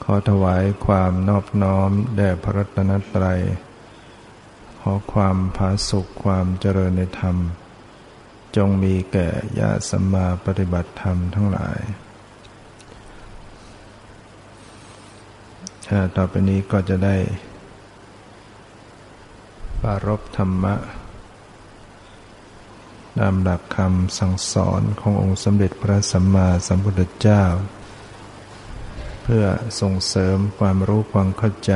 ขอถวายความนอบน้อมแด่พระรัตนตรัยขอความผาสุกความเจริญในธรรมจงมีแก่ญาติสัมมาปฏิบัติธรรมทั้งหลายต่อไปนี้ก็จะได้ปรารภธรรมะตามหลักคำสั่งสอนขององค์สมเด็จพระสัมมาสัมพุทธเจ้าเพื่อส่งเสริมความรู้ความเข้าใจ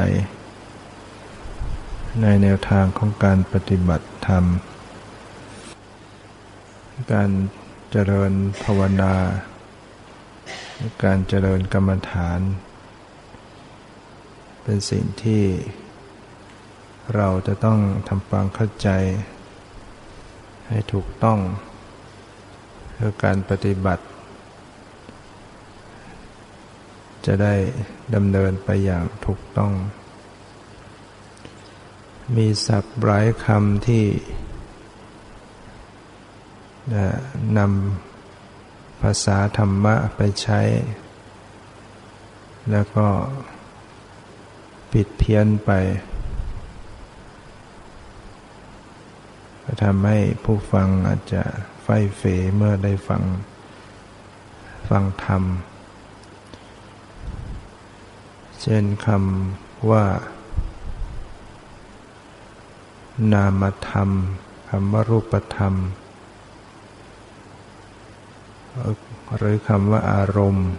ในแนวทางของการปฏิบัติธรรมการเจริญภาวนาการเจริญกรรมฐานเป็นสิ่งที่เราจะต้องทำความเข้าใจให้ถูกต้องเพื่อการปฏิบัติจะได้ดำเนินไปอย่างถูกต้องมีศัพท์หลายคำที่นำภาษาธรรมะไปใช้แล้วก็ผิดเพี้ยนไปทำให้ผู้ฟังอาจจะไฝ่เฝเมื่อได้ฟังธรรมเช่นคำว่านามธรรมคำว่ารูปธรรมหรือคำว่าอารมณ์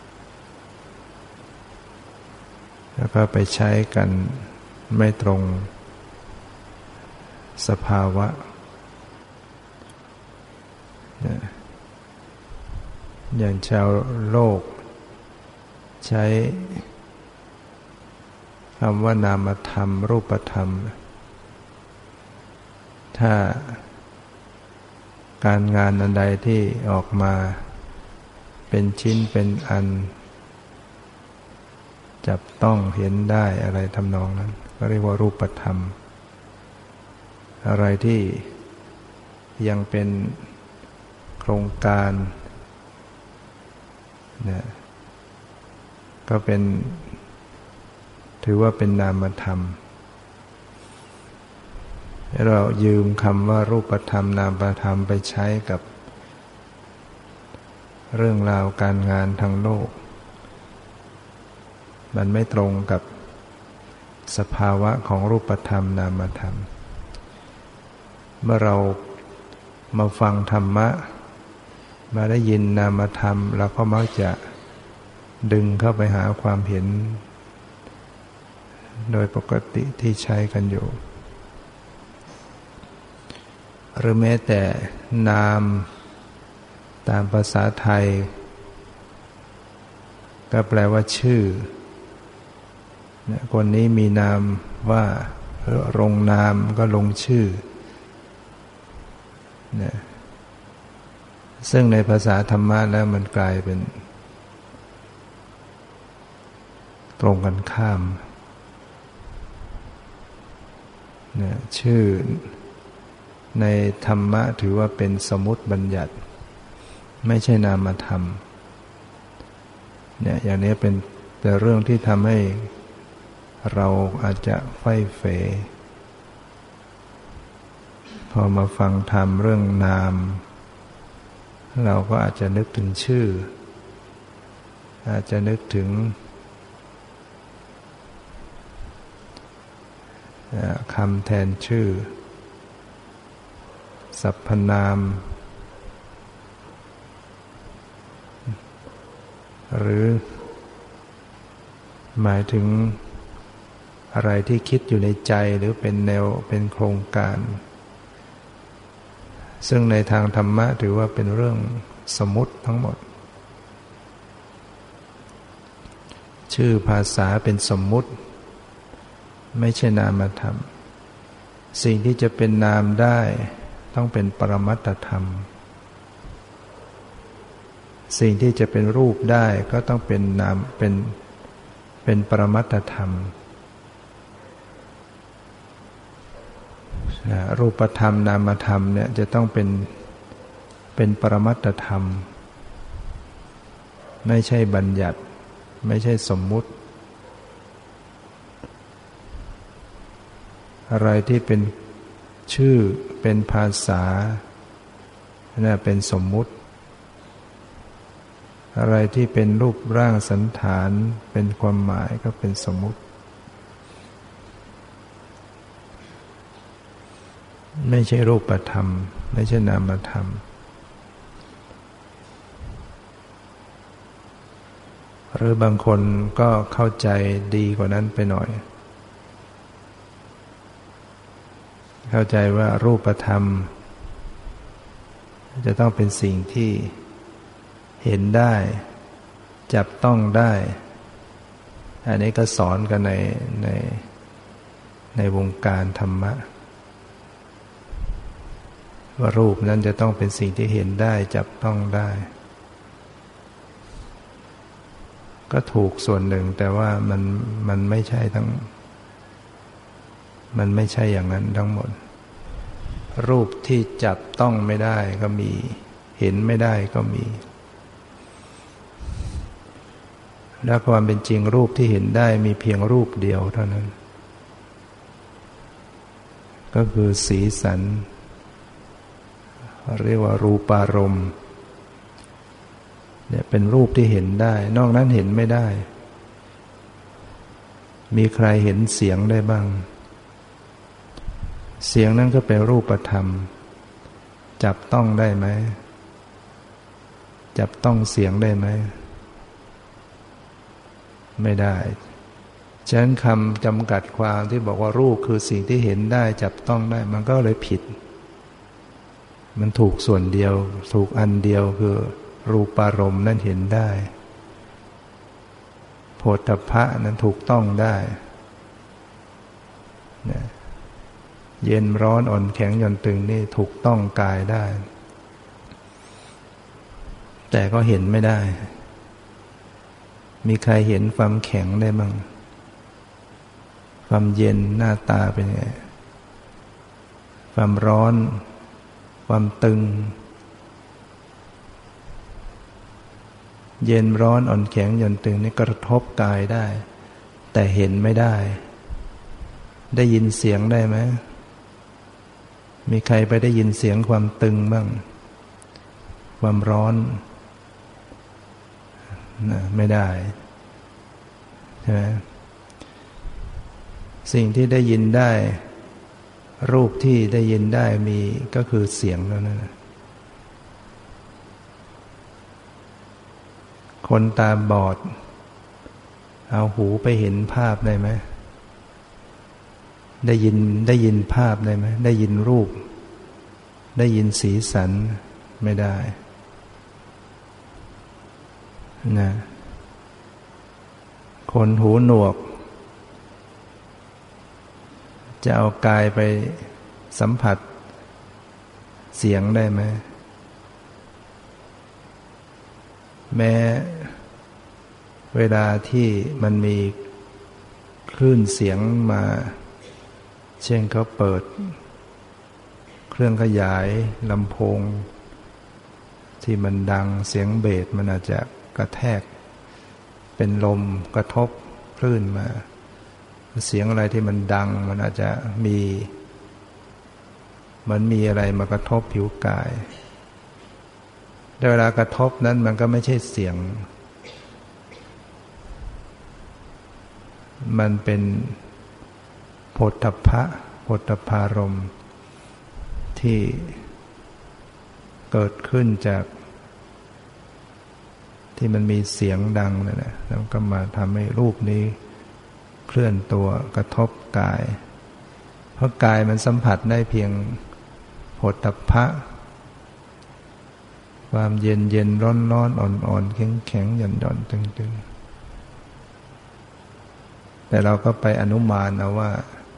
แล้วก็ไปใช้กันไม่ตรงสภาวะอย่างชาวโลกใช้คำว่านามธรรมรูปธรรมถ้าการงานอันใดที่ออกมาเป็นชิ้นเป็นอันจับต้องเห็นได้อะไรทำนองนั้นก็เรียกว่ารูปธรรมอะไรที่ยังเป็นโครงการเนี่ยก็เป็นถือว่าเป็นนามธรรมเรายืมคำว่ารูปธรรมนามธรรมไปใช้กับเรื่องราวการงานทางโลกมันไม่ตรงกับสภาวะของรูปธรรมนามธรรมเมื่อเรามาฟังธรรมะมาได้ยินนามธรรมเราก็มักจะดึงเข้าไปหาความเห็นโดยปกติที่ใช้กันอยู่หรือแม้แต่นามตามภาษาไทยก็แปลว่าชื่อคนนี้มีนามว่าลงนามก็ลงชื่อซึ่งในภาษาธรรมะแล้วมันกลายเป็นตรงกันข้ามชื่อในธรรมะถือว่าเป็นสมมุติบัญญัติไม่ใช่นามธรรมอย่างนี้เป็นแต่เรื่องที่ทำให้เราอาจจะไฝ่เฝพอมาฟังธรรมเรื่องนามเราก็อาจจะนึกถึงชื่ออาจจะนึกถึงคำแทนชื่อสรรพนามหรือหมายถึงอะไรที่คิดอยู่ในใจหรือเป็นแนวเป็นโครงการซึ่งในทางธรรมะถือว่าเป็นเรื่องสมมุติทั้งหมดชื่อภาษาเป็นสมมุติไม่ใช่นามธรรมสิ่งที่จะเป็นนามได้ต้องเป็นปรมัตถธรรมสิ่งที่จะเป็นรูปได้ก็ต้องเป็นนามเป็นปรมัตถธรรมรูปธรรมนามธรรมเนี่ยจะต้องเป็นปรมัตถธรรมไม่ใช่บัญญัติไม่ใช่สมมุติอะไรที่เป็นชื่อเป็นภาษานั่นเป็นสมมุติอะไรที่เป็นรูปร่างสันฐานเป็นความหมายก็เป็นสมมุติไม่ใช่รูปธรรมไม่ใช่นามธรรมหรือบางคนก็เข้าใจดีกว่านั้นไปหน่อยเข้าใจว่ารูปธรรมจะต้องเป็นสิ่งที่เห็นได้จับต้องได้อันนี้ก็สอนกันในวงการธรรมะว่ารูปนั้นจะต้องเป็นสิ่งที่เห็นได้จับต้องได้ก็ถูกส่วนหนึ่งแต่ว่ามันไม่ใช่มันไม่ใช่อย่างนั้นทั้งหมดรูปที่จับต้องไม่ได้ก็มีเห็นไม่ได้ก็มีและความเป็นจริงรูปที่เห็นได้มีเพียงรูปเดียวเท่านั้นก็คือสีสันเรียกว่ารูปารมณ์เนี่ยเป็นรูปที่เห็นได้นอกนั้นเห็นไม่ได้มีใครเห็นเสียงได้บ้างเสียงนั้นก็เป็นรูปธรรมจับต้องได้ไหมจับต้องเสียงได้ไหมไม่ได้ฉะนั้นคำจำกัดความที่บอกว่ารูปคือสิ่งที่เห็นได้จับต้องได้มันก็เลยผิดมันถูกส่วนเดียวถูกอันเดียวคือรูปารมณ์นั่นเห็นได้โผฏฐัพพะนั้นถูกต้องได้เย็นร้อนอ่อนแข็งหย่อนตึงนี่ถูกต้องกายได้แต่ก็เห็นไม่ได้มีใครเห็นความแข็งได้บ้างความเย็นหน้าตาเป็นไงความร้อนความตึงเย็นร้อนอ่อนแข็งหย่อนตึงนี่กระทบกายได้แต่เห็นไม่ได้ได้ยินเสียงได้ไหมมีใครไปได้ยินเสียงความตึงบ้างความร้อนไม่ได้ใช่ไหมสิ่งที่ได้ยินได้รูปที่ได้ยินได้มีก็คือเสียงแล้วนั่นคนตาบอดเอาหูไปเห็นภาพได้ไหมได้ยินภาพได้ไหมได้ยินรูปได้ยินสีสันไม่ได้นะคนหูหนวกจะเอากายไปสัมผัสเสียงได้ไหมแม้เวลาที่มันมีคลื่นเสียงมาเช่นเขาเปิดเครื่องขยายลำโพงที่มันดังเสียงเบสมันอาจจะกระแทกเป็นลมกระทบคลื่นมาเสียงอะไรที่มันดังมันอาจจะมีอะไรมากระทบผิวกายแต่เวลากระทบนั้นมันก็ไม่ใช่เสียงมันเป็นโผฏฐัพพะโผฏฐัพพารมณ์ที่เกิดขึ้นจากที่มันมีเสียงดังนั่นแหละแล้วก็มาทำให้รูปนี้เคลื่อนตัวกระทบกายเพราะกายมันสัมผัสได้เพียงโผฏฐัพพะความเย็นเย็นร้อนร้อนอ่อนอ่อนแข็งแข็งหย่อนหย่อนตึงตึงแต่เราก็ไปอนุมานเอาว่า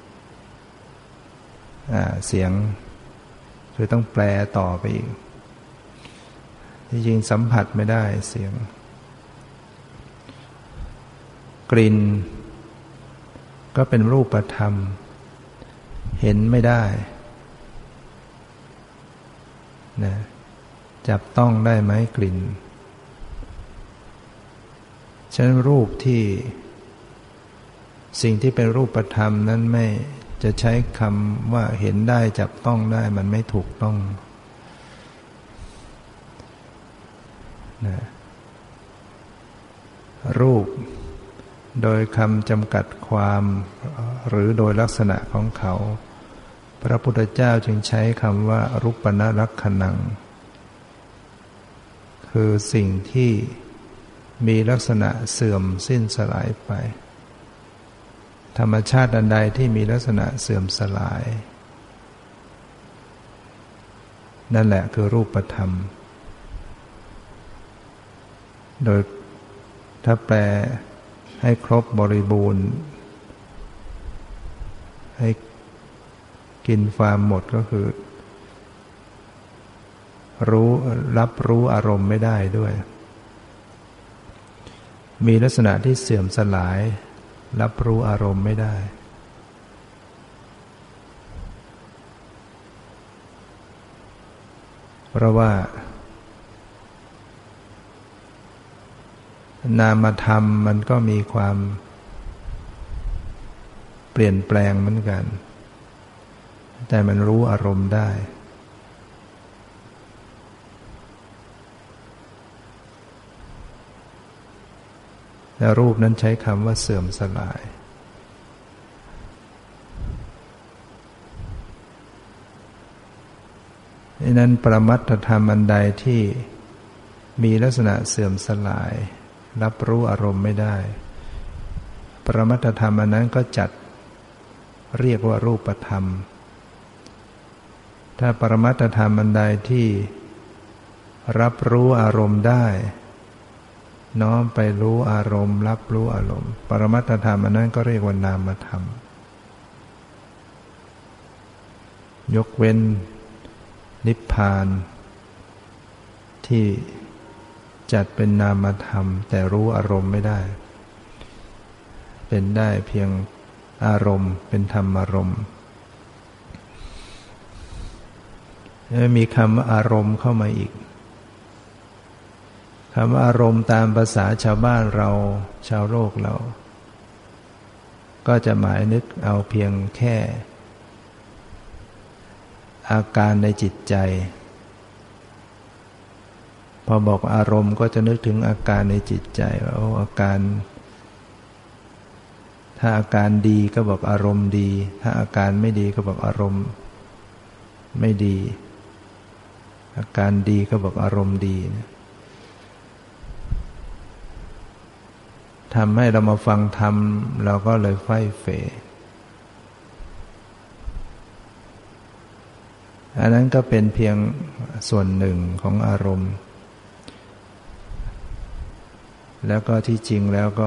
เสียงคือต้องแปลต่อไปอีกที่จริงสัมผัสไม่ได้เสียงกลิ่นก็เป็นรูปธรรมเห็นไม่ได้นะจับต้องได้ไหมกลิ่นฉะนั้นรูปที่สิ่งที่เป็นรูปธรรมนั้นไม่จะใช้คำว่าเห็นได้จับต้องได้มันไม่ถูกต้องนะรูปโดยคำจำกัดความหรือโดยลักษณะของเขาพระพุทธเจ้าจึงใช้คำว่ารูปนลักขณังคือสิ่งที่มีลักษณะเสื่อมสิ้นสลายไปธรรมชาติอันใดที่มีลักษณะเสื่อมสลายนั่นแหละคือรูปธรรมโดยถ้าแปลให้ครบบริบูรณ์ให้กินความหมดก็คือรับรู้อารมณ์ไม่ได้ด้วยมีลักษณะที่เสื่อมสลายรับรู้อารมณ์ไม่ได้เพราะว่านามธรรมมันก็มีความเปลี่ยนแปลงเหมือนกันแต่มันรู้อารมณ์ได้และรูปนั้นใช้คำว่าเสื่อมสลายดังนั้นปรมัตถธรรมอันใดที่มีลักษณะเสื่อมสลายรับรู้อารมณ์ไม่ได้ปรมัตถธรรมอันนั้นก็จัดเรียกว่ารูปธรรมถ้าปรมัตถธรรมอันใดที่รับรู้อารมณ์ได้น้อมไปรู้อารมณ์รับรู้อารมณ์ปรมัตถธรรมอันนั้นก็เรียกว่านามธรรมยกเว้นนิพพานที่จัดเป็นนามธรรมแต่รู้อารมณ์ไม่ได้เป็นได้เพียงอารมณ์เป็นธรรมอารมณ์มีคำว่าอารมณ์เข้ามาอีกคำว่าอารมณ์ตามภาษาชาวบ้านเราชาวโลกเราก็จะหมายนึกเอาเพียงแค่อาการในจิตใจพอบอกอารมณ์ก็จะนึกถึงอาการในจิตใจว่าอาการถ้าอาการดีก็บอกอารมณ์ดีถ้าอาการไม่ดีก็บอกอารมณ์ไม่ดีอาการดีก็บอกอารมณ์ดีทำให้เรามาฟังธรรมเราก็เลยไฝเฟอันนั้นก็เป็นเพียงส่วนหนึ่งของอารมณ์แล้วก็ที่จริงแล้วก็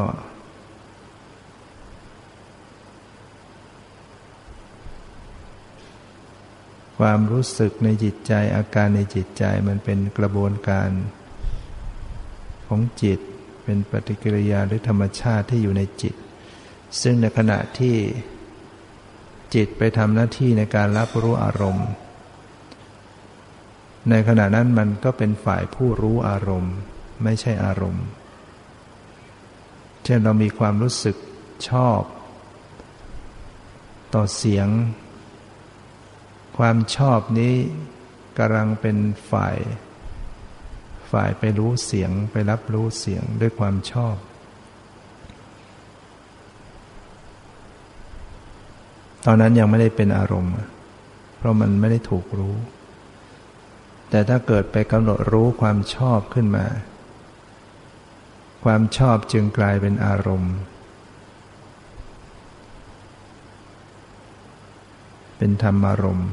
ความรู้สึกในจิตใจอาการในจิตใจมันเป็นกระบวนการของจิตเป็นปฏิกิริยาหรือธรรมชาติที่อยู่ในจิตซึ่งในขณะที่จิตไปทำหน้าที่ในการรับรู้อารมณ์ในขณะนั้นมันก็เป็นฝ่ายผู้รู้อารมณ์ไม่ใช่อารมณ์เช่นเรามีความรู้สึกชอบต่อเสียงความชอบนี้กำลังเป็นฝ่ายไปรู้เสียงไปรับรู้เสียงด้วยความชอบตอนนั้นยังไม่ได้เป็นอารมณ์เพราะมันไม่ได้ถูกรู้แต่ถ้าเกิดไปกำหนดรู้ความชอบขึ้นมาความชอบจึงกลายเป็นอารมณ์เป็นธรรมารมณ์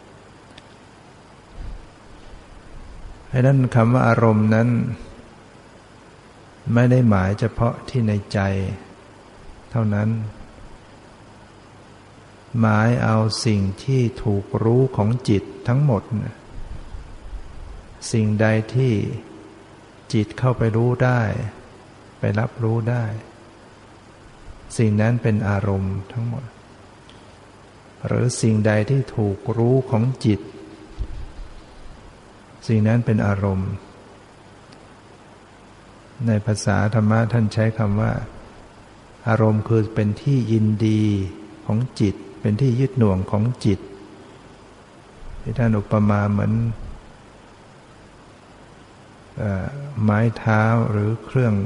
เพราะนั้นคำว่าอารมณ์นั้นไม่ได้หมายเฉพาะที่ในใจเท่านั้นหมายเอาสิ่งที่ถูกรู้ของจิตทั้งหมดสิ่งใดที่จิตเข้าไปรู้ได้ไปรับรู้ได้สิ่งนั้นเป็นอารมณ์ทั้งหมดหรือสิ่งใดที่ถูกรู้ของจิตสิ่งนั้นเป็นอารมณ์ในภาษาธรรมะท่านใช้คำว่าอารมณ์คือเป็นที่ยินดีของจิตเป็นที่ยึดหน่วงของจิตที่ท่านอุปมาเหมือนไม้เท้าหรือเครื่อง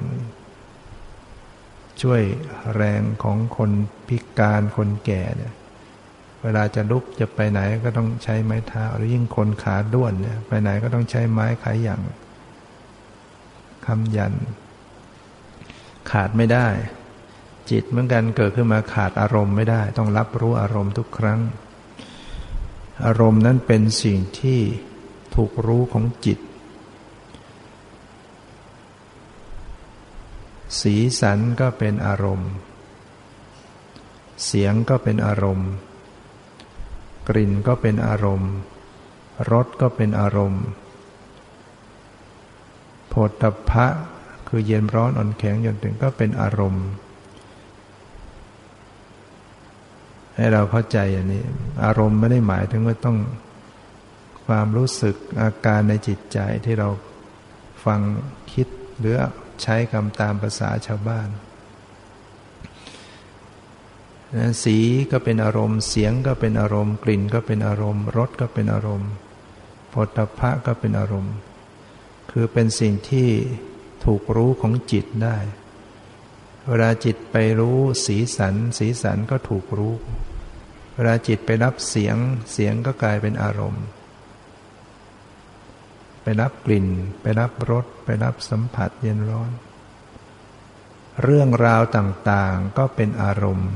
ช่วยแรงของคนพิการคนแก่เนี่ยเวลาจะลุกจะไปไหนก็ต้องใช้ไม้เท้าหรือยิ่งคนขาด้วนเนี่ยไปไหนก็ต้องใช้ไม้ขายอย่างค้ำยันขาดไม่ได้จิตเหมือนกันเกิดขึ้นมาขาดอารมณ์ไม่ได้ต้องรับรู้อารมณ์ทุกครั้งอารมณ์นั้นเป็นสิ่งที่ถูกรู้ของจิตสีสันก็เป็นอารมณ์เสียงก็เป็นอารมณ์กลิ่นก็เป็นอารมณ์รสก็เป็นอารมณ์โผฏฐัพพะคือเย็นร้อนอ่อนแข็งหย่อนตึงก็เป็นอารมณ์ให้เราเข้าใจอย่างนี้อารมณ์ไม่ได้หมายถึงว่าต้องความรู้สึกอาการในจิตใจที่เราฟังคิดหรือใช้คำตามภาษาชาวบ้านสีก็เป็นอารมณ์เสียงก็เป็นอารมณ์กลิ่นก็เป็นอารมณ์รสก็เป็นอารมณ์โผฏฐัพพะก็เป็นอารมณ์คือเป็นสิ่งที่ถูกรู้ของจิตได้เวลาจิตไปรู้สีสันก็ถูกรู้เวลาจิตไปรับเสียงก็กลายเป็นอารมณ์ไปรับกลิ่นไปรับรสไปรับสัมผัสเย็นร้อนเรื่องราวต่างๆก็เป็นอารมณ์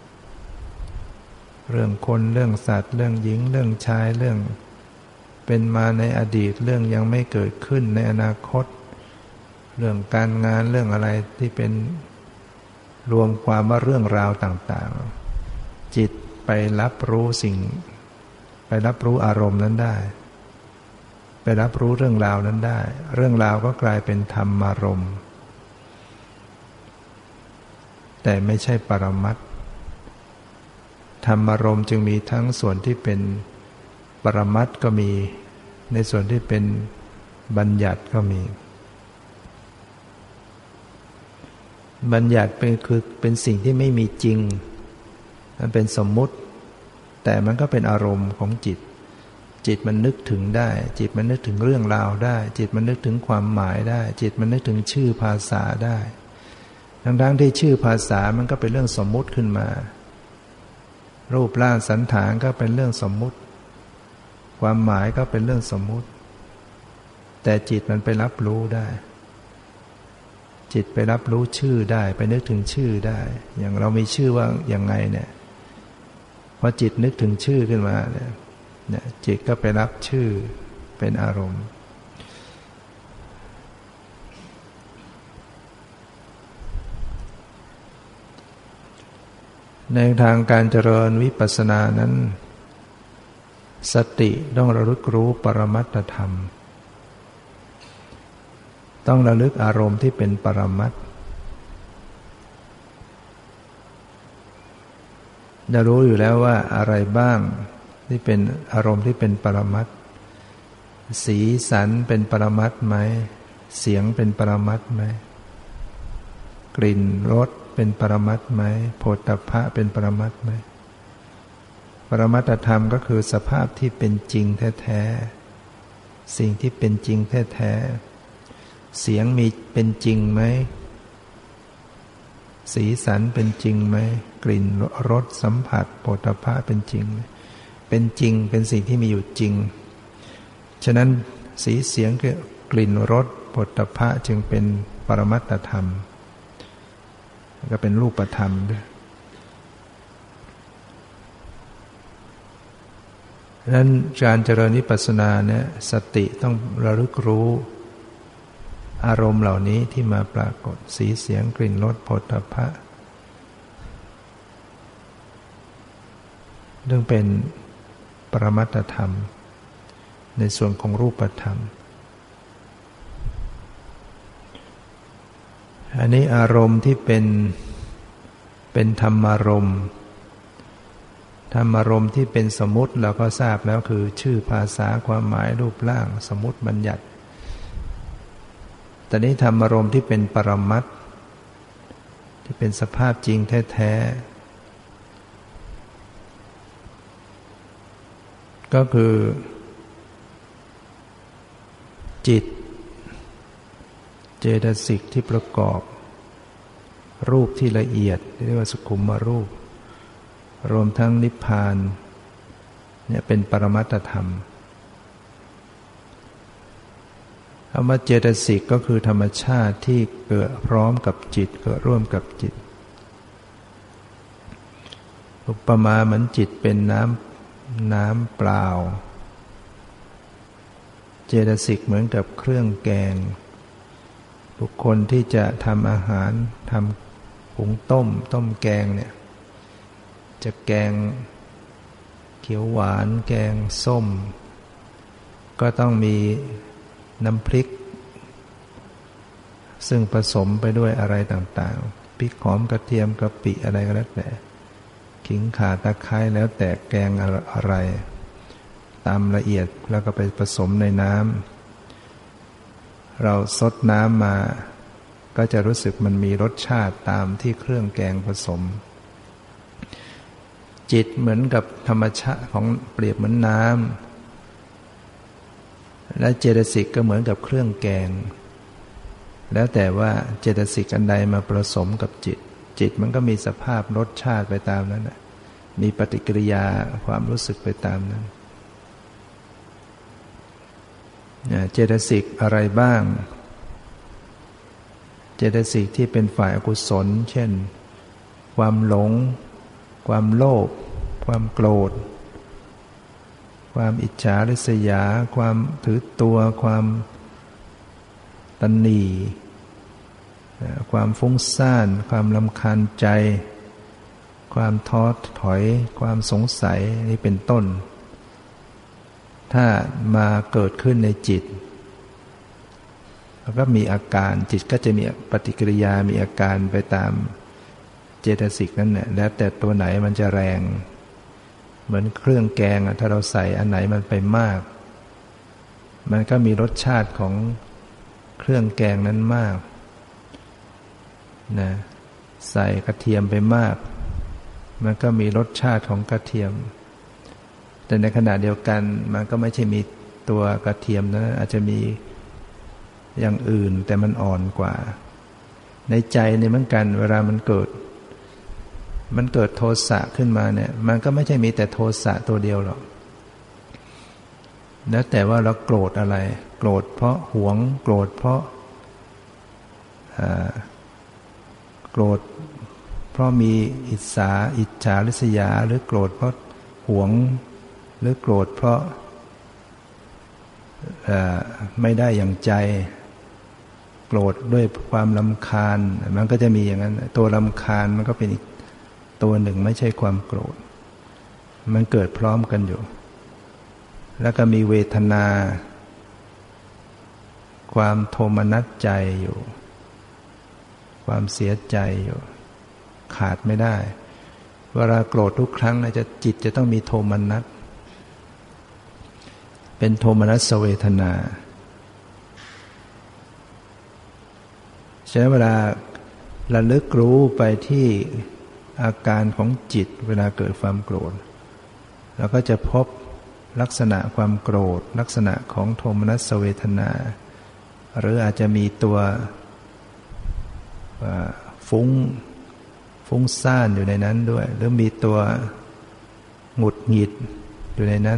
เรื่องคนเรื่องสัตว์เรื่องหญิงเรื่องชายเรื่องเป็นมาในอดีตเรื่องยังไม่เกิดขึ้นในอนาคตเรื่องการงานเรื่องอะไรที่เป็นรวมความว่าเรื่องราวต่างๆจิตไปรับรู้ไปรับรู้อารมณ์นั้นได้ไปรับรู้เรื่องราวนั้นได้เรื่องราวก็กลายเป็นธรรมารมณ์แต่ไม่ใช่ปรมัตถ์ธรรมารมณ์จึงมีทั้งส่วนที่เป็นปรมัตถ์ก็มีในส่วนที่เป็นบัญญัติก็มีบัญญัติเป็นสิ่งที่ไม่มีจริงมันเป็นสมมุติแต่มันก็เป็นอารมณ์ของจิตมันนึกถึงได้จิตมันนึกถึงเรื่องราวได้จิตมันนึกถึงความหมายได้จิตมันนึกถึงชื่อภาษาได้ทั้งที่ชื่อภาษามันก็เป็นเรื่องสมมุติขึ้นมารูปร่างสันฐานก็เป็นเรื่องสมมุติความหมายก็เป็นเรื่องสมมุติแต่จิตมันไปรับรู้ได้จิตไปรับรู้ชื่อได้ไปนึกถึงชื่อได้อย่างเรามีชื่อว่าอย่างไงเนี่ยพอจิตนึกถึงชื่อขึ้นมาเนี่ยจิตก็ไปรับชื่อเป็นอารมณ์ในทางการเจริญวิปัสสนานั้นสติต้องระลึกรู้ปรมัตถธรรมต้องระลึกอารมณ์ที่เป็นปรมัตถ์จะรู้อยู่แล้วว่าอะไรบ้างที่เป็นอารมณ์ที่เป็นปรมัตถ์สีสันเป็นปรมัตถ์ไหมเสียงเป็นปรมัตถ์ไหมกลิ่นรสเป็นปรมัตถ์ไหมโผฏฐัพพะเป็นปรมัตถ์ไหมปรมัตถธรรมก็คือสภาพที่เป็นจริงแท้ๆสิ่งที่เป็นจริงแท้ๆเสียงมีเป็นจริงไหมสีสันเป็นจริงไหมกลิ่นรสสัมผัสโผฏฐัพพะเป็นจริงเป็นจริงเป็นสิ่งที่มีอยู่จริงฉะนั้นสีเสียงกลิ่นรสโผฏฐัพพะจึงเป็นปรมัตถธรรมก็เป็นรูปธรรมด้วยดังนั้นการเจริญวิปัสสนาเนี่ยสติต้องระลึกรู้อารมณ์เหล่านี้ที่มาปรากฏสีเสียงกลิ่นรสโผฏฐัพพะเรื่องเป็นปรมัตถธรรมในส่วนของรูปธรรมอันนี้อารมณ์ที่เป็นธรรมารมณ์ธรรมารมณ์ที่เป็นสมมุติเราก็ทราบแล้วคือชื่อภาษาความหมายรูปร่างสมมุติบัญญัติแต่นี้ธรรมารมณ์ที่เป็นปรมัตถ์ที่เป็นสภาพจริงแท้ก็คือจิตเจตสิกที่ประกอบรูปที่ละเอียดเรียกว่าสุขุมรูปรวมทั้งนิพพานเนี่ยเป็นปรมัตถธรรมคำว่าเจตสิกก็คือธรรมชาติที่เกิดพร้อมกับจิตเกิดร่วมกับจิตอุปมาเหมือนจิตเป็นน้ำเปล่าเจตสิกเหมือนกับเครื่องแกงบุคคลที่จะทำอาหารทำหุงต้มแกงเนี่ยจะแกงเขียวหวานแกงส้มก็ต้องมีน้ำพริกซึ่งผสมไปด้วยอะไรต่างๆพริกหอมกระเทียมกะปิอะไรก็แล้วแต่ขิงข่าตะไคร้แล้วแต่แกงอะไรตามละเอียดแล้วก็ไปผสมในน้ำเราซดน้ำมาก็จะรู้สึกมันมีรสชาติตามที่เครื่องแกงผสมจิตเหมือนกับธรรมชาติของเปรียบเหมือนน้ำและเจตสิกก็เหมือนกับเครื่องแกงแล้วแต่ว่าเจตสิกอันใดมาผสมกับจิตมันก็มีสภาพรสชาติไปตามนั้นมีปฏิกิริยาความรู้สึกไปตามนั้นเจตสิกอะไรบ้างเจตสิกที่เป็นฝ่ายอกุศลเช่นความหลงความโลภความโกรธความอิจฉาริษยาความถือตัวความตณีความฟุ้งซ่านความรำคาญใจความท้อถอยความสงสัยนี่เป็นต้นถ้ามาเกิดขึ้นในจิตแล้วก็มีอาการจิตก็จะมีปฏิกิริยามีอาการไปตามเจตสิกนั่นแหละแล้วแต่ตัวไหนมันจะแรงเหมือนเครื่องแกงถ้าเราใส่อันไหนมันไปมากมันก็มีรสชาติของเครื่องแกงนั้นมากนะใส่กระเทียมไปมากมันก็มีรสชาติของกระเทียมแต่ในขณะเดียวกันมันก็ไม่ใช่มีตัวกระเทียมนะอาจจะมีอย่างอื่นแต่มันอ่อนกว่าในใจนี่เหมือนกันเวลามันเกิดโทสะขึ้นมาเนี่ยมันก็ไม่ใช่มีแต่โทสะตัวเดียวหรอกแล้วแต่ว่าเราโกรธอะไรโกรธเพราะหวงโกรธเพราะโกรธเพราะมีอิจฉาริษยาหรือโกรธเพราะหวงหรือโกรธเพราะไม่ได้อย่างใจโกรธด้วยความรำคาญมันก็จะมีอย่างนั้นตัวรำคาญมันก็เป็นอีกตัวหนึ่งไม่ใช่ความโกรธมันเกิดพร้อมกันอยู่แล้วก็มีเวทนาความโทมนัสใจอยู่ความเสียใจอยู่ขาดไม่ได้เวลาโกรธทุกครั้งจิตจะต้องมีโทมนัสเป็นโทมนัสเวทนาฉะนั้นเวลาระลึกรู้ไปที่อาการของจิตเวลาเกิดความโกรธเราก็จะพบลักษณะความโกรธลักษณะของโทมนัสเวทนาหรืออาจจะมีตัวฟุ้งซ่านอยู่ในนั้นด้วยหรือมีตัวหงุดหงิดอยู่ในนั้น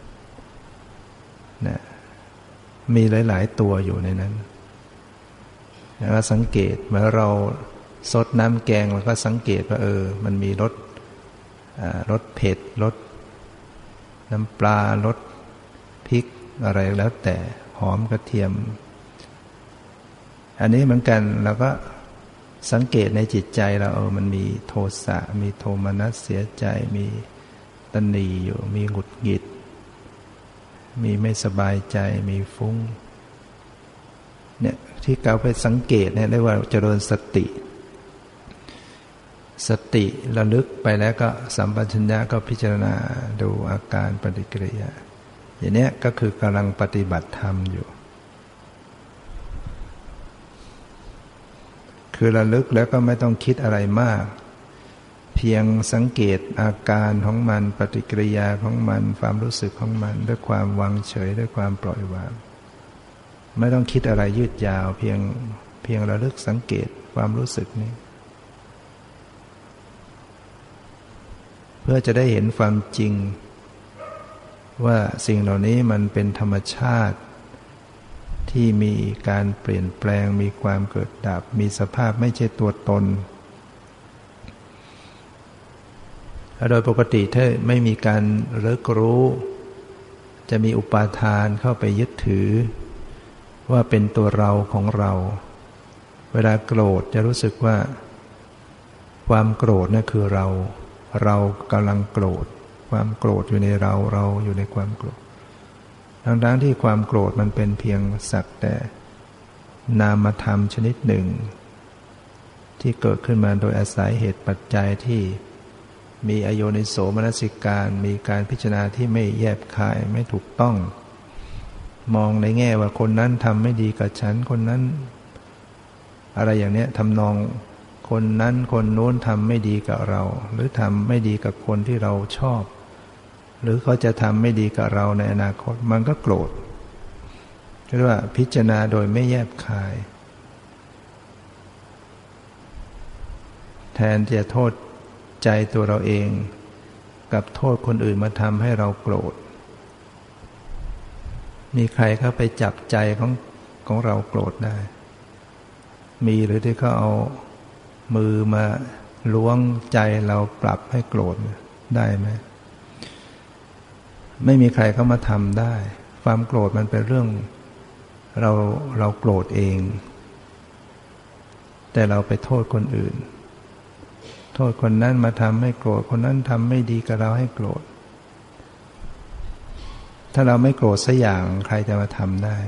นะมีหลายๆตัวอยู่ในนั้นแล้วก็สังเกตเมื่อเราซดน้ำแกงเราก็สังเกตว่ามันมีรสเผ็ดรสน้ำปลารสพริกอะไรแล้วแต่หอมกระเทียมอันนี้เหมือนกันเราก็สังเกตในจิตใจเรามันมีโทสะมีโทมนัสเสียใจมีตณีอยู่มีหงุดหงิดมีไม่สบายใจมีฟุ้งเนี่ยที่เราไปสังเกตเนี่ยเรียกว่าเจริญสติระลึกไปแล้วก็สัมปชัญญะก็พิจารณาดูอาการปฏิกิริยาอย่างนี้ก็คือกำลังปฏิบัติธรรมอยู่คือระลึกแล้วก็ไม่ต้องคิดอะไรมากเพียงสังเกตอาการของมันปฏิกิริยาของมันความรู้สึกของมันด้วยความวางเฉยด้วยความปล่อยวางไม่ต้องคิดอะไรยืดยาวเพียงระลึกสังเกตความรู้สึกนี้เพื่อจะได้เห็นความจริงว่าสิ่งเหล่านี้มันเป็นธรรมชาติที่มีการเปลี่ยนแปลงมีความเกิดดับมีสภาพไม่ใช่ตัวตนโดยปกติถ้าไม่มีการระลึกรู้จะมีอุปาทานเข้าไปยึดถือว่าเป็นตัวเราของเราเวลาโกรธจะรู้สึกว่าความโกรธนั่นคือเรากำลังโกรธความโกรธอยู่ในเราอยู่ในความโกรธทั้งที่ความโกรธมันเป็นเพียงสักแต่นามธรรมชนิดหนึ่งที่เกิดขึ้นมาโดยอาศัยเหตุปัจจัยที่มีอโยนิโสมนสิการมีการพิจารณาที่ไม่แยบคายไม่ถูกต้องมองในแง่ว่าคนนั้นทำไม่ดีกับฉันคนนั้นอะไรอย่างเนี้ยทำนองคนนั้นคนโน้นทำไม่ดีกับเราหรือทำไม่ดีกับคนที่เราชอบหรือเขาจะทำไม่ดีกับเราในอนาคตมันก็โกรธเรียกว่าพิจารณาโดยไม่แยบคายแทนที่จะโทษใจตัวเราเองกับโทษคนอื่นมาทำให้เราโกรธมีใครเข้าไปจับใจของเราโกรธได้มีหรือที่เขาเอามือมาล้วงใจเราปรับให้โกรธได้ไหมไม่มีใครเข้ามาทำได้ความโกรธมันเป็นเรื่องเราโกรธเองแต่เราไปโทษคนอื่นโทษคนนั้นมาทำให้โกรธคนนั้นทำไม่ดีกับเราให้โกรธถ้าเราไม่โกรธสักอย่างใครจะมาทำได้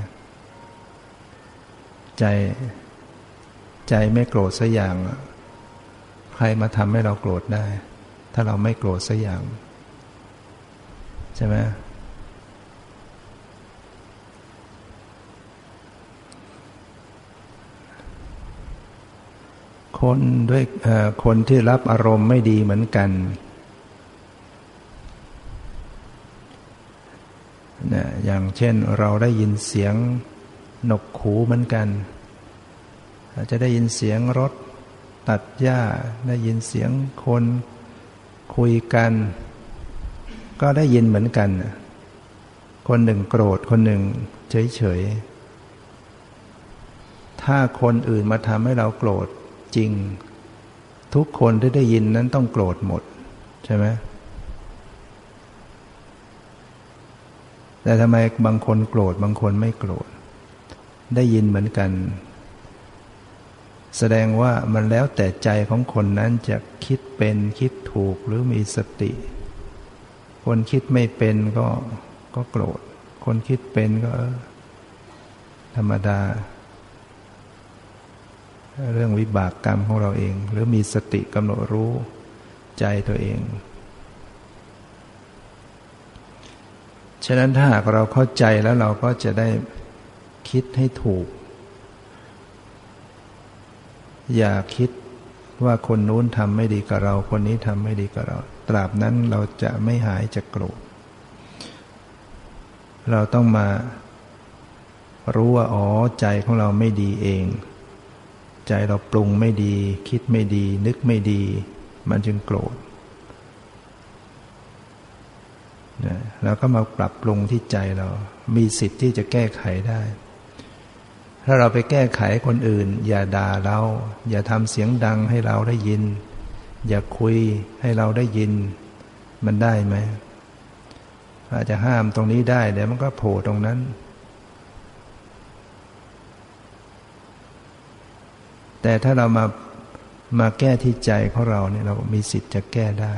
ใจไม่โกรธสักอย่างใครมาทำให้เราโกรธได้ถ้าเราไม่โกรธสักอย่างใช่ไหมคนที่รับอารมณ์ไม่ดีเหมือนกันนะอย่างเช่นเราได้ยินเสียงนกหูเหมือนกันอาจจะได้ยินเสียงรถตัดหญ้าได้ยินเสียงคนคุยกันก็ได้ยินเหมือนกันคนหนึ่งโกรธคนหนึ่งเฉยๆถ้าคนอื่นมาทำให้เราโกรธจริงทุกคนที่ได้ยินนั้นต้องโกรธหมดใช่ไหมแต่ทำไมบางคนโกรธบางคนไม่โกรธได้ยินเหมือนกันแสดงว่ามันแล้วแต่ใจของคนนั้นจะคิดเป็นคิดถูกหรือมีสติคนคิดไม่เป็นก็โกรธคนคิดเป็นก็ธรรมดาเรื่องวิบากกรรมของเราเองหรือมีสติกำหนดรู้ใจตัวเองฉะนั้นถ้าหากเราเข้าใจแล้วเราก็จะได้คิดให้ถูกอย่าคิดว่าคนนู้นทำไม่ดีกับเราคนนี้ทำไม่ดีกับเราตราบนั้นเราจะไม่หายจากโกรธเราต้องมารู้ว่าอ๋อใจของเราไม่ดีเองใจเราปรุงไม่ดีคิดไม่ดีนึกไม่ดีมันจึงโกรธแล้วก็มาปรับปรุงที่ใจเรามีสิทธิ์ที่จะแก้ไขได้ถ้าเราไปแก้ไขคนอื่นอย่าด่าเราอย่าทำเสียงดังให้เราได้ยินอย่าคุยให้เราได้ยินมันได้ไหมอาจจะห้ามตรงนี้ได้เดี๋ยวมันก็โผล่ตรงนั้นแต่ถ้าเรามาแก้ที่ใจของเราเนี่ยเรามีสิทธิ์จะแก้ได้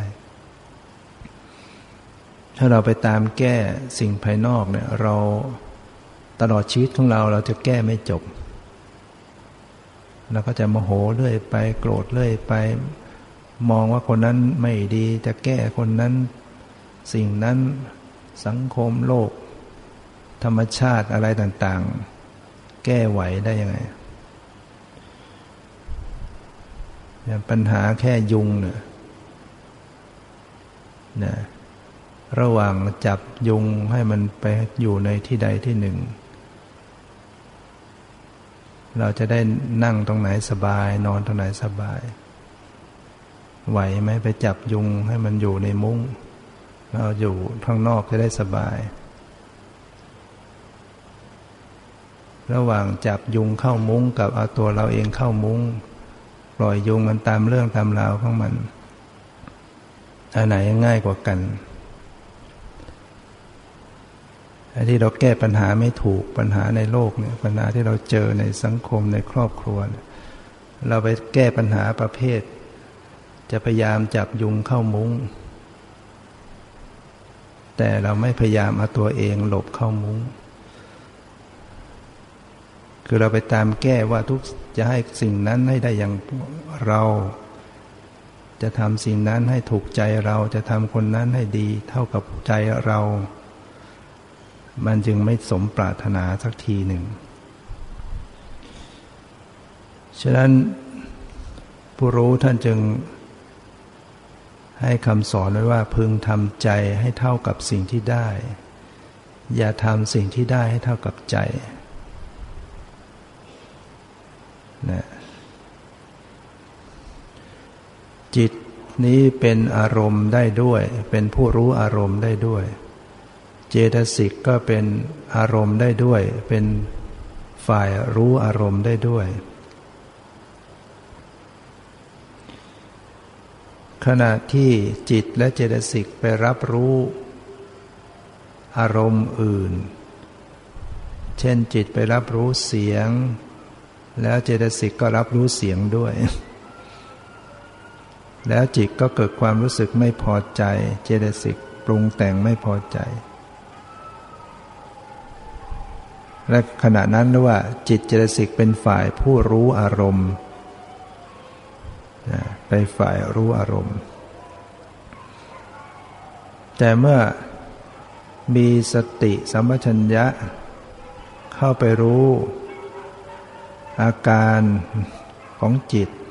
ถ้าเราไปตามแก้สิ่งภายนอกเนี่ยเราตลอดชีวิตของเราจะแก้ไม่จบเราก็จะโมโหเรื่อยไปโกรธเรื่อยไปมองว่าคนนั้นไม่ดีจะแก้คนนั้นสิ่งนั้นสังคมโลกธรรมชาติอะไรต่างๆแก้ไหวได้ยังไงอย่างปัญหาแค่ยุงเนี่ยนะระหว่างจับยุงให้มันไปอยู่ในที่ใดที่หนึ่งเราจะได้นั่งตรงไหนสบายนอนตรงไหนสบายไหวไหมไปจับยุงให้มันอยู่ในมุ้งเราอยู่ข้างนอกจะได้สบายระหว่างจับยุงเข้ามุ้งกับเอาตัวเราเองเข้ามุ้งปล่อยยุงมันตามเรื่องตามราวของมันอันไหนง่ายกว่ากันอันที่เราแก้ปัญหาไม่ถูกปัญหาในโลกเนี่ยปัญหาที่เราเจอในสังคมในครอบครัวเนี่ยเราไปแก้ปัญหาประเภทจะพยายามจับยุงเข้ามุ้งแต่เราไม่พยายามเอาตัวเองหลบเข้ามุ้งคือเราไปตามแก้ว่าทุกจะให้สิ่งนั้นให้ได้อย่างเราจะทำสิ่งนั้นให้ถูกใจเราจะทำคนนั้นให้ดีเท่ากับใจเรามันจึงไม่สมปรารถนาสักทีหนึ่งฉะนั้นผู้รู้ท่านจึงให้คำสอนไว้ว่าพึงทำใจให้เท่ากับสิ่งที่ได้อย่าทำสิ่งที่ได้ให้เท่ากับใจนะจิตนี้เป็นอารมณ์ได้ด้วยเป็นผู้รู้อารมณ์ได้ด้วยเจตสิกก็เป็นอารมณ์ได้ด้วยเป็นฝ่ายรู้อารมณ์ได้ด้วยขณะที่จิตและเจตสิกไปรับรู้อารมณ์อื่นเช่นจิตไปรับรู้เสียงแล้วเจตสิกก็รับรู้เสียงด้วยแล้วจิตก็เกิดความรู้สึกไม่พอใจเจตสิกปรุงแต่งไม่พอใจและขณะนั้นเรียกว่าจิตเจตสิกเป็นฝ่ายผู้รู้อารมณ์ไปฝ่ายรู้อารมณ์แต่เมื่อมีสติสัมปชัญญะเข้าไปรู้อาการของจิต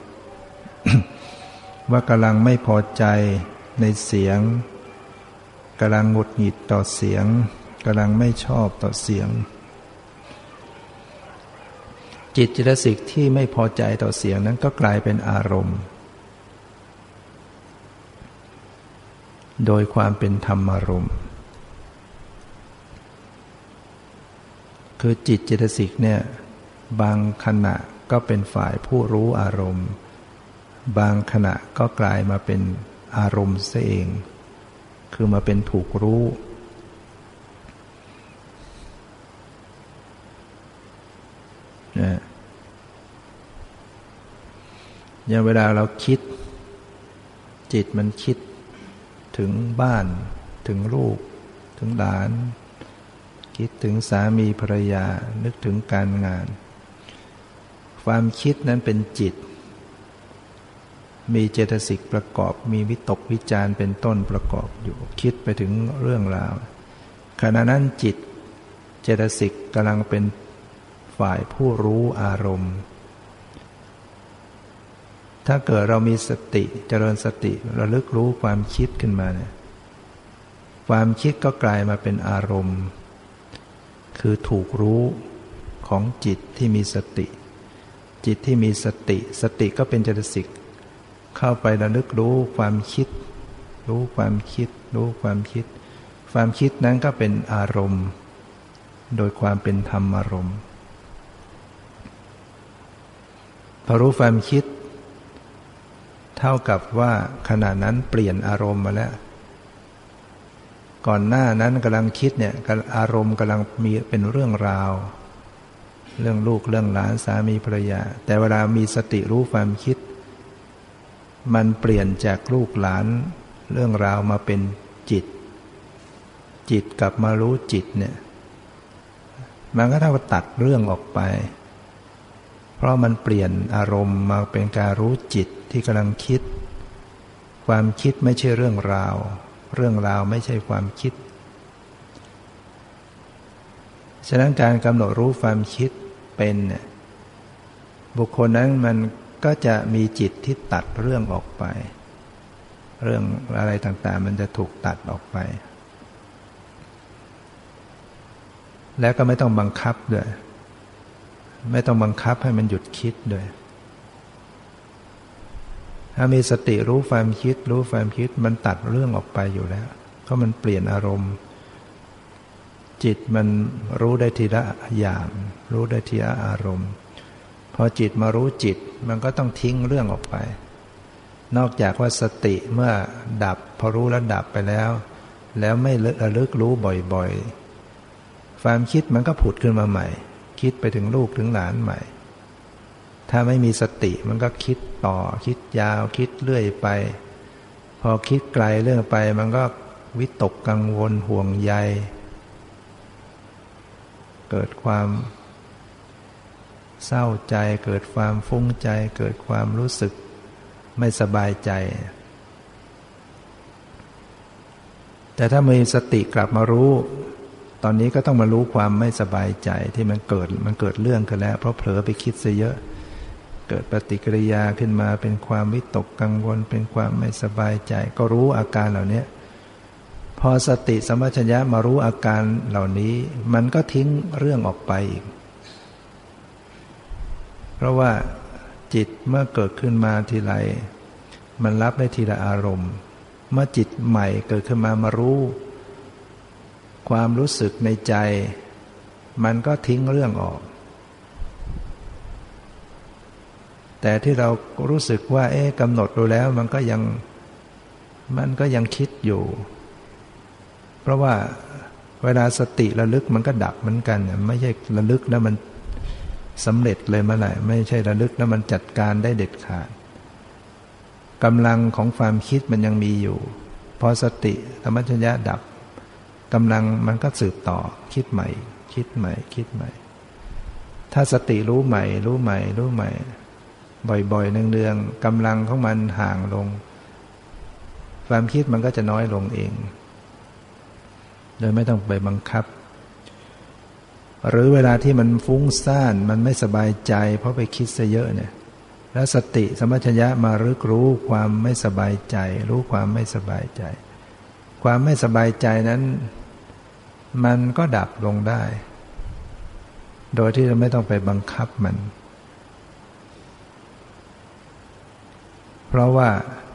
ว่ากำลังไม่พอใจในเสียงกำลังหงุดหงิดต่อเสียงกำลังไม่ชอบต่อเสียงจิตเจตสิกที่ไม่พอใจต่อเสียงนั้นก็กลายเป็นอารมณ์โดยความเป็นธรรมารมณ์คือจิตเจตสิกเนี่ยบางขณะก็เป็นฝ่ายผู้รู้อารมณ์บางขณะก็กลายมาเป็นอารมณ์ซะเองคือมาเป็นถูกรู้อย่างเวลาเราคิดจิตมันคิดถึงบ้านถึงลูกถึงหลานคิดถึงสามีภรรยานึกถึงการงานความคิดนั้นเป็นจิตมีเจตสิกประกอบมีวิตกวิจารเป็นต้นประกอบอยู่คิดไปถึงเรื่องราวขณะนั้นจิตเจตสิกกำลังเป็นฝ่ายผู้รู้อารมณ์ถ้าเกิดเรามีสติเจริญสติระลึกรู้ความคิดขึ้นมาเนี่ยความคิดก็กลายมาเป็นอารมณ์คือถูกรู้ของจิตที่มีสติจิตที่มีสติสติก็เป็นเจตสิกเข้าไประลึกรู้ความคิดรู้ความคิดรู้ความคิดความคิดนั้นก็เป็นอารมณ์โดยความเป็นธรรมอารมณ์พอรู้ความคิดเท่ากับว่าขณะนั้นเปลี่ยนอารมณ์มาแล้วก่อนหน้านั้นกำลังคิดเนี่ยอารมณ์กำลังมีเป็นเรื่องราวเรื่องลูกเรื่องหลานสามีภรรยาแต่เวลามีสติรู้ความคิดมันเปลี่ยนจากลูกหลานเรื่องราวมาเป็นจิตจิตกลับมารู้จิตเนี่ยมันก็เท่ากับตัดเรื่องออกไปเพราะมันเปลี่ยนอารมณ์มาเป็นการรู้จิตที่กำลังคิดความคิดไม่ใช่เรื่องราวเรื่องราวไม่ใช่ความคิดฉะนั้นการกำหนดรู้ความคิดเป็นเนี่ยบุคคลนั้นมันก็จะมีจิตที่ตัดเรื่องออกไปเรื่องอะไรต่างๆมันจะถูกตัดออกไปแล้วก็ไม่ต้องบังคับด้วยไม่ต้องบังคับให้มันหยุดคิดด้วยถ้ามีสติรู้ความคิดมันตัดเรื่องออกไปอยู่แล้วเพราะมันเปลี่ยนอารมณ์จิตมันรู้ได้ทีละอย่างรู้ได้ทีละอารมณ์พอจิตมารู้จิตมันก็ต้องทิ้งเรื่องออกไปนอกจากว่าสติเมื่อดับพอรู้แล้วดับไปแล้วไม่ระลึกรู้บ่อยๆความคิดมันก็ผุดขึ้นมาใหม่คิดไปถึงลูกถึงหลานใหม่ถ้าไม่มีสติมันก็คิดต่อคิดยาวคิดเรื่อยไปพอคิดไกลเรื่องไปมันก็วิตกกังวลห่วงใยเกิดความเศร้าใจเกิดความฟุ้งใจเกิดความรู้สึกไม่สบายใจแต่ถ้ามีสติกลับมารู้ตอนนี้ก็ต้องมารู้ความไม่สบายใจที่มันเกิดเรื่องกันแล้วเพราะเผลอไปคิดซะเยอะเกิดปฏิกิริยาขึ้นมาเป็นความวิตกกังวลเป็นความไม่สบายใจก็รู้อาการเหล่านี้พอสติสัมปชัญญะมารู้อาการเหล่านี้มันก็ทิ้งเรื่องออกไปอีกเพราะว่าจิตเมื่อเกิดขึ้นมาทีไรมันรับได้ทีละอารมณ์เมื่อจิตใหม่เกิดขึ้นมารู้ความรู้สึกในใจมันก็ทิ้งเรื่องออกแต่ที่เรารู้สึกว่ากำหนดดูแล้วมันก็ยังคิดอยู่เพราะว่าเวลาสติระลึกมันก็ดับเหมือนกันไม่ใช่ระลึกแล้วมันสำเร็จเลยเมื่อไหร่ไม่ใช่ระลึกแล้วมันจัดการได้เด็ดขาดกำลังของความคิดมันยังมีอยู่พอสติสัมปชัญญะดับกำลังมันก็สืบต่อคิดใหม่ถ้าสติรู้ใหม่บ่อยๆเนืองๆกำลังของมันห่างลงความคิดมันก็จะน้อยลงเองโดยไม่ต้องไปบังคับหรือเวลาที่มันฟุ้งซ่านมันไม่สบายใจเพราะไปคิดซะเยอะเนี่ยแล้วสติสัมปชัญญะมารู้ความไม่สบายใจรู้ความไม่สบายใจความไม่สบายใจนั้นมันก็ดับลงได้โดยที่เราไม่ต้องไปบังคับมันเพราะว่า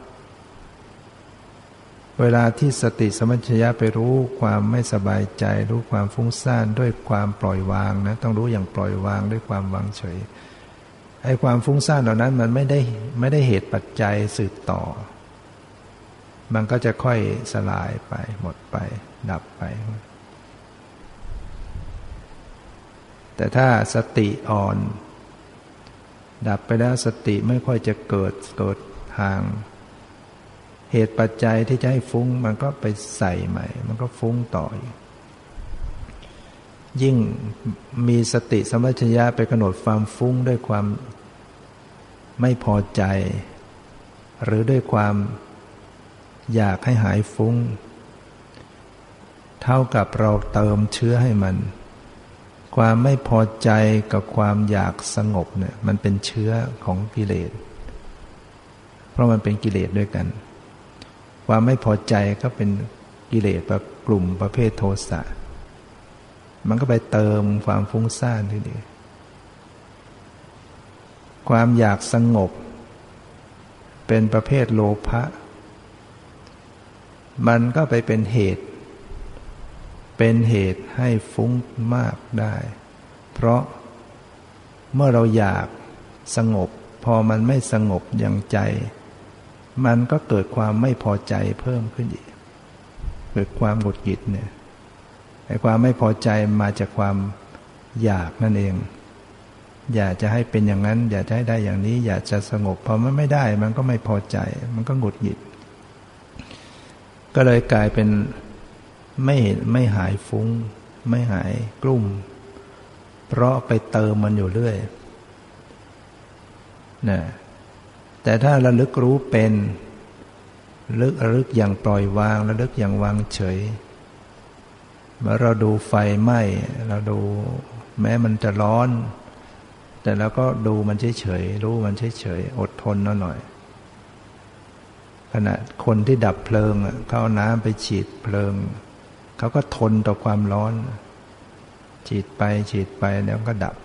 เวลาที่สติสัมปชัญญะไปรู้ความไม่สบายใจรู้ความฟุ้งซ่านด้วยความปล่อยวางนะต้องรู้อย่างปล่อยวางด้วยความวางเฉยไอ้ความฟุ้งซ่านเหล่านั้นมันไม่ได้เหตุปัจจัยสืบต่อมันก็จะค่อยสลายไปหมดไปดับไปแต่ถ้าสติอ่อนดับไปแล้วสติไม่ค่อยจะเกิดห่างเหตุปัจจัยที่จะให้ฟุ้งมันก็ไปใส่ใหม่มันก็ฟุ้งต่อยิ่งมีสติสัมปชัญญะไปกำหนดความฟุ้งด้วยความไม่พอใจหรือด้วยความอยากให้หายฟุ้งเท่ากับเราเติมเชื้อให้มันความไม่พอใจกับความอยากสงบเนี่ยมันเป็นเชื้อของกิเลสเพราะมันเป็นกิเลสด้วยกันความไม่พอใจก็เป็นกิเลสกลุ่มประเภทโทสะมันก็ไปเติมความฟุ้งซ่านทีเดียวความอยากสงบเป็นประเภทโลภะมันก็ไปเป็นเหตุให้ฟุ้งมากได้เพราะเมื่อเราอยากสงบพอมันไม่สงบอย่างใจมันก็เกิดความไม่พอใจเพิ่มขึ้นอีกเกิดความหงุดหงิดเนี่ยไอ้ความไม่พอใจมาจากความอยากนั่นเองอยากจะให้เป็นอย่างนั้นอยากจะให้ได้อย่างนี้อยากจะสงบพอมันไม่ได้มันก็ไม่พอใจมันก็หงุดหงิดก็เลยกลายเป็นไม่หายฟุ้งไม่หายกลุ่มเพราะไปเติมมันอยู่เรื่อยนะแต่ถ้าระลึกรู้เป็นระลึกอย่างปล่อยวางระลึกอย่างวางเฉยเมื่อเราดูไฟไหม้เราดูแม้มันจะร้อนแต่เราก็ดูมันเฉยๆรู้มันเฉยๆอดทนหน่อยไฟขณะคนที่ดับเพลิงเขาเอาน้ำไปฉีดเพลิงเขาก็ทนต่อความร้อนฉีดไปแล้วก็ดับ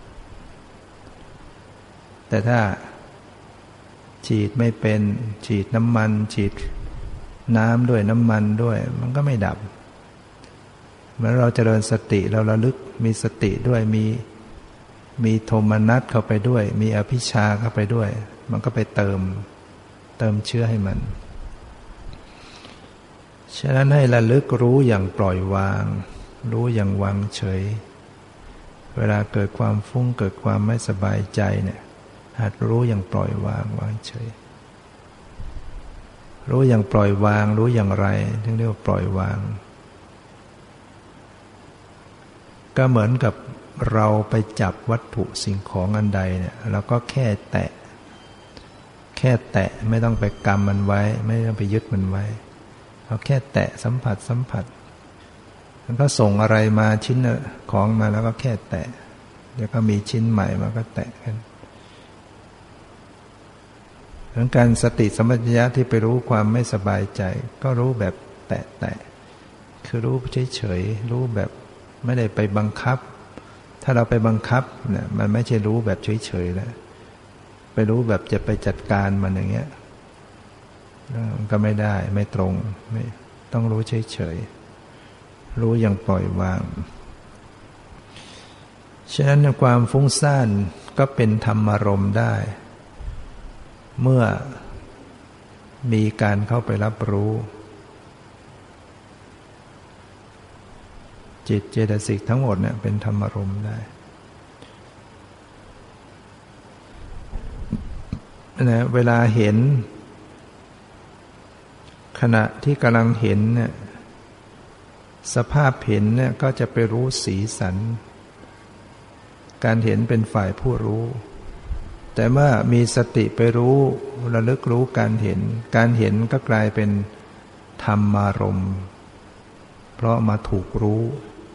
แต่ถ้าฉีดไม่เป็นฉีดน้ำมันฉีดน้ำด้วยน้ำมันด้วยมันก็ไม่ดับเมื่อเราเจริญสติเราระลึกมีสติด้วยมีโทมนัสเข้าไปด้วยมีอภิชฌาเข้าไปด้วยมันก็ไปเติมเชื้อให้มันฉะนั้นให้ระลึกรู้อย่างปล่อยวางรู้อย่างวางเฉยเวลาเกิดความฟุ้งเกิดความไม่สบายใจเนี่ยหัดรู้อย่างปล่อยวางวางเฉยรู้อย่างปล่อยวางรู้อย่างไรถึงเรียกว่าปล่อยวางก็เหมือนกับเราไปจับวัตถุสิ่งของอันใดเนี่ยเราก็แค่แตะไม่ต้องไปกำมันไว้ไม่ต้องไปยึดมันไว้เราแค่แตะสัมผัสมันก็ส่งอะไรมาชิ้นของมาแล้วก็แค่แตะเดี๋ยวก็มีชิ้นใหม่มาก็แตะกันเรื่องการสติสัมปชัญญะที่ไปรู้ความไม่สบายใจก็รู้แบบแตะคือรู้เฉยๆรู้แบบไม่ได้ไปบังคับถ้าเราไปบังคับเนี่ยมันไม่ใช่รู้แบบเฉยๆแล้วไปรู้แบบจะไปจัดการมันอย่างเงี้ยมันก็ไม่ได้ไม่ตรงไม่ต้องรู้เฉยๆรู้อย่างปล่อยวางฉะนั้นความฟุ้งซ่านก็เป็นธรรมารมณ์ได้เมื่อมีการเข้าไปรับรู้จิตเจตสิกทั้งหมดเนี่ยเป็นธรรมารมณ์ได้นะเวลาเห็นขณะที่กำลังเห็นเนี่ยสภาพเห็นเนี่ยก็จะไปรู้สีสันการเห็นเป็นฝ่ายผู้รู้แต่เมื่อมีสติไปรู้ระลึกรู้การเห็นก็กลายเป็นธรรมารมณ์เพราะมาถูกรู้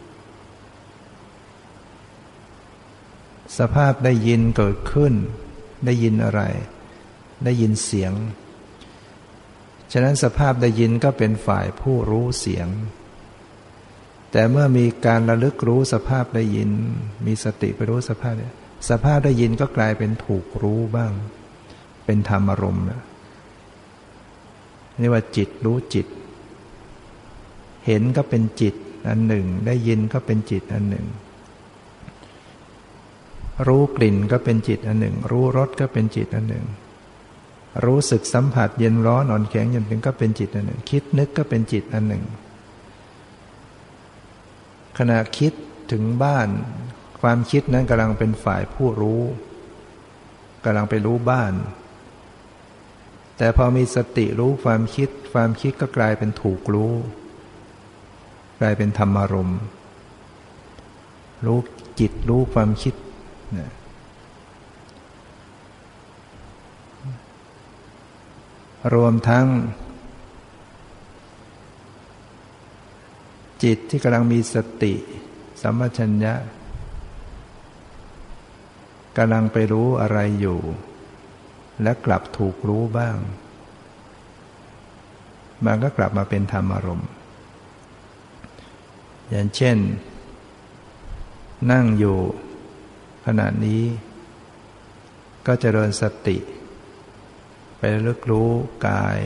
สภาพได้ยินเกิดขึ้นได้ยินอะไรได้ยินเสียงฉะนั้นสภาพได้ยินก็เป็นฝ่ายผู้รู้เสียงแต่เมื่อมีการระลึกรู้สภาพได้ยินมีสติไปรู้สภาพได้ยินก็กลายเป็นถูกรู้บ้างเป็นธรรมอารมณ์นี่ว่าจิตรู้จิตเห็นก็เป็นจิตอันหนึ่งได้ยินก็เป็นจิตอันหนึ่งรู้กลิ่นก็เป็นจิตอันหนึ่งรู้รสก็เป็นจิตอันหนึ่งรู้สึกสัมผัสเย็นร้อนอ่อนแข็งหย่อนตึงก็เป็นจิตอันหนึ่งคิดนึกก็เป็นจิตอันหนึ่งขณะคิดถึงบ้านความคิดนั้นกำลังเป็นฝ่ายผู้รู้กำลังไปรู้บ้านแต่พอมีสติรู้ความคิดก็กลายเป็นถูกรู้กลายเป็นธรรมารมณ์รู้จิตรู้ความคิดรวมทั้งจิตที่กำลังมีสติสัมปชัญญะกำลังไปรู้อะไรอยู่และกลับถูกรู้บ้างมันก็กลับมาเป็นธรรมารมณ์อย่างเช่นนั่งอยู่ขณะนี้ก็เจริญสติไประลึกรู้กาย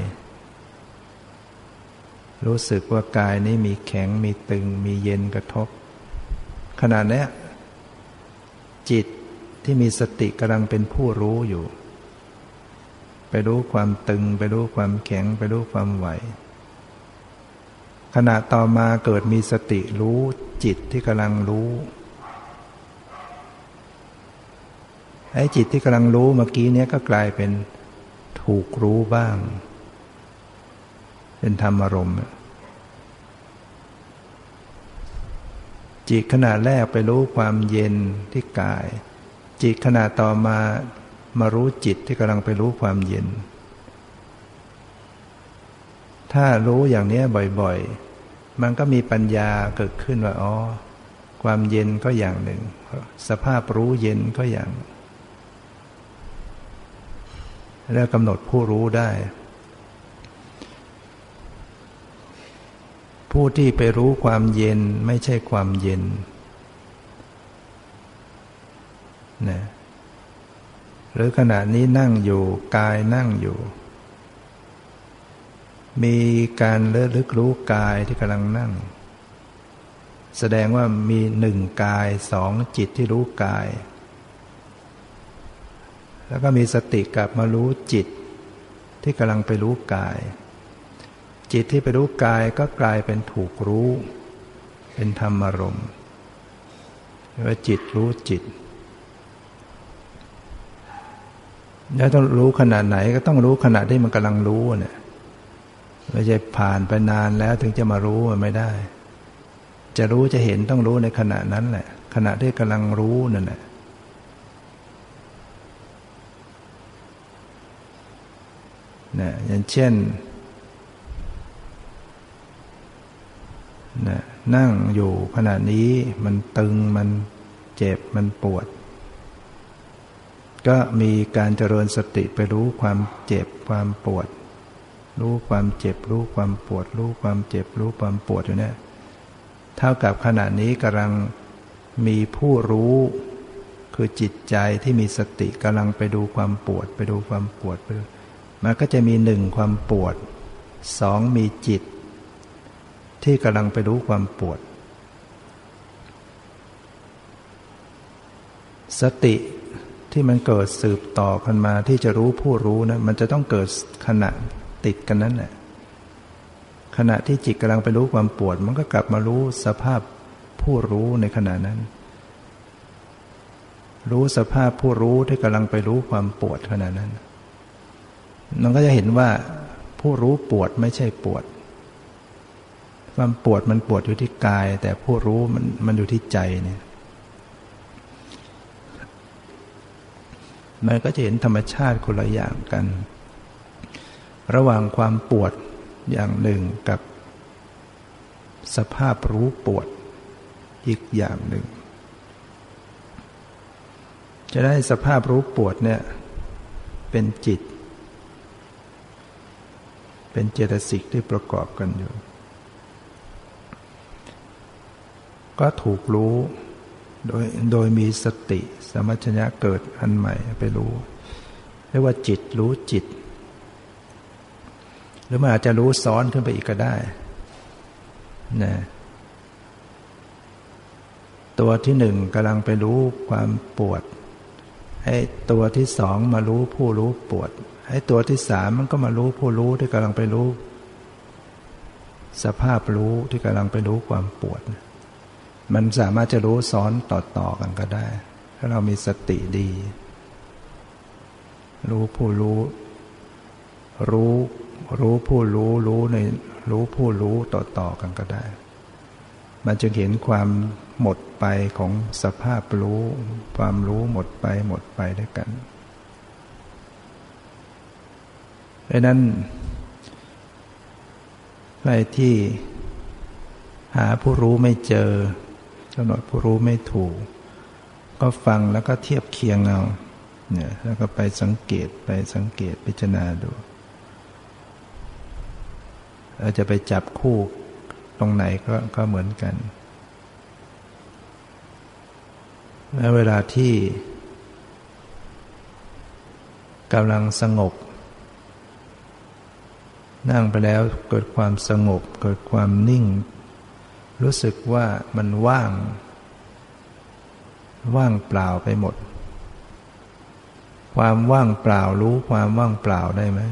รู้สึกว่ากายนี้มีแข็งมีตึงมีเย็นกระทบขณะนี้จิตที่มีสติกำลังเป็นผู้รู้อยู่ไปรู้ความตึงไปรู้ความแข็งไปรู้ความไหวขณะต่อมาเกิดมีสติรู้จิตที่กำลังรู้ไอ้จิตที่กำลังรู้เมื่อกี้นี้ก็กลายเป็นถูกรู้บ้างเป็นธรรมอารมณ์จิตขณะแรกไปรู้ความเย็นที่กายจิตขณะต่อมารู้จิตที่กำลังไปรู้ความเย็นถ้ารู้อย่างนี้บ่อยๆมันก็มีปัญญาเกิดขึ้นว่าอ๋อความเย็นก็อย่างหนึ่งสภาพรู้เย็นก็อย่างแล้วกำหนดผู้รู้ได้ผู้ที่ไปรู้ความเย็นไม่ใช่ความเย็นนะหรือขณะนี้นั่งอยู่กายนั่งอยู่มีการระลึกรู้กายที่กำลังนั่งแสดงว่ามีหนึ่งกายสองจิตที่รู้กายแล้วก็มีสติกลับมารู้จิตที่กำลังไปรู้กายจิตที่ไปรู้กายก็กลายเป็นถูกรู้เป็นธรรมารมณ์เรียกว่าจิตรู้จิตแล้วต้องรู้ขณะไหนก็ต้องรู้ขณะที่มันกำลังรู้เนี่ยไม่ใช่ผ่านไปนานแล้วถึงจะมารู้มันไม่ได้จะรู้จะเห็นต้องรู้ในขณะนั้นแหละขณะที่กำลังรู้นั่นแหละนะอย่างเช่นนะนั่งอยู่ขณะนี้มันตึงมันเจ็บมันปวดก็มีการเจริญสติไปรู้ความเจ็บความปวดรู้ความเจ็บรู้ความปวดรู้ความเจ็บรู้ความปวดอยู่เนี่ยเท่ากับขณะนี้กำลังมีผู้รู้คือจิตใจที่มีสติกำลังไปดูความปวดไปดูความปวดไปมันก็จะมีหนึ่งความปวดสองมีจิตที่กำลังไปรู้ความปวดสติที่มันเกิดสืบต่อกันมาที่จะรู้ผู้รู้นะมันจะต้องเกิดขณะติดกันนั้นแหละขณะที่จิตกำลังไปรู้ความปวดมันก็กลับมารู้สภาพผู้รู้ในขณะนั้นรู้สภาพผู้รู้ที่กำลังไปรู้ความปวดขณะนั้นมันก็จะเห็นว่าผู้รู้ปวดไม่ใช่ปวดความปวดมันปวดอยู่ที่กายแต่ผู้รู้มันอยู่ที่ใจเนี่ยมันก็จะเห็นธรรมชาติคนละอย่างกันระหว่างความปวดอย่างหนึ่งกับสภาพรู้ปวดอีกอย่างหนึ่งจะได้สภาพรู้ปวดเนี่ยเป็นจิตเป็นเจตสิกที่ประกอบกันอยู่ก็ถูกรู้โดยมีสติสัมปชัญญะเกิดอันใหม่ไปรู้เรียกว่าจิตรู้จิตหรือมันอาจจะรู้ซ้อนขึ้นไปอีกก็ได้นะตัวที่หนึ่งกำลังไปรู้ความปวดให้ตัวที่สองมารู้ผู้รู้ปวดให้ตัวที่สามมันก็มารู้ผู้รู้ที่กำลังไปรู้สภาพรู้ที่กำลังไปรู้ความปวดมันสามารถจะรู้ซ้อนต่อๆกันก็ได้ถ้าเรามีสติดีรู้ผู้รู้ผู้รู้ในรู้ผู้รู้ต่อๆกันก็ได้มันจะเห็นความหมดไปของสภาพรู้ความรู้หมดไปด้วยกันดังนั้นใครที่หาผู้รู้ไม่เจอกำหนดผู้รู้ไม่ถูกก็ฟังแล้วก็เทียบเคียงเอาเนี่ยแล้วก็ไปสังเกตพิจารณาดูเราจะไปจับคู่ตรงไหนก็เหมือนกันแล้วเวลาที่กำลังสงบนั่งไปแล้วเกิดความสงบเกิดความนิ่งรู้สึกว่ามันว่างเปล่าไปหมดความว่างเปล่ารู้ความว่างเปล่าได้ไหม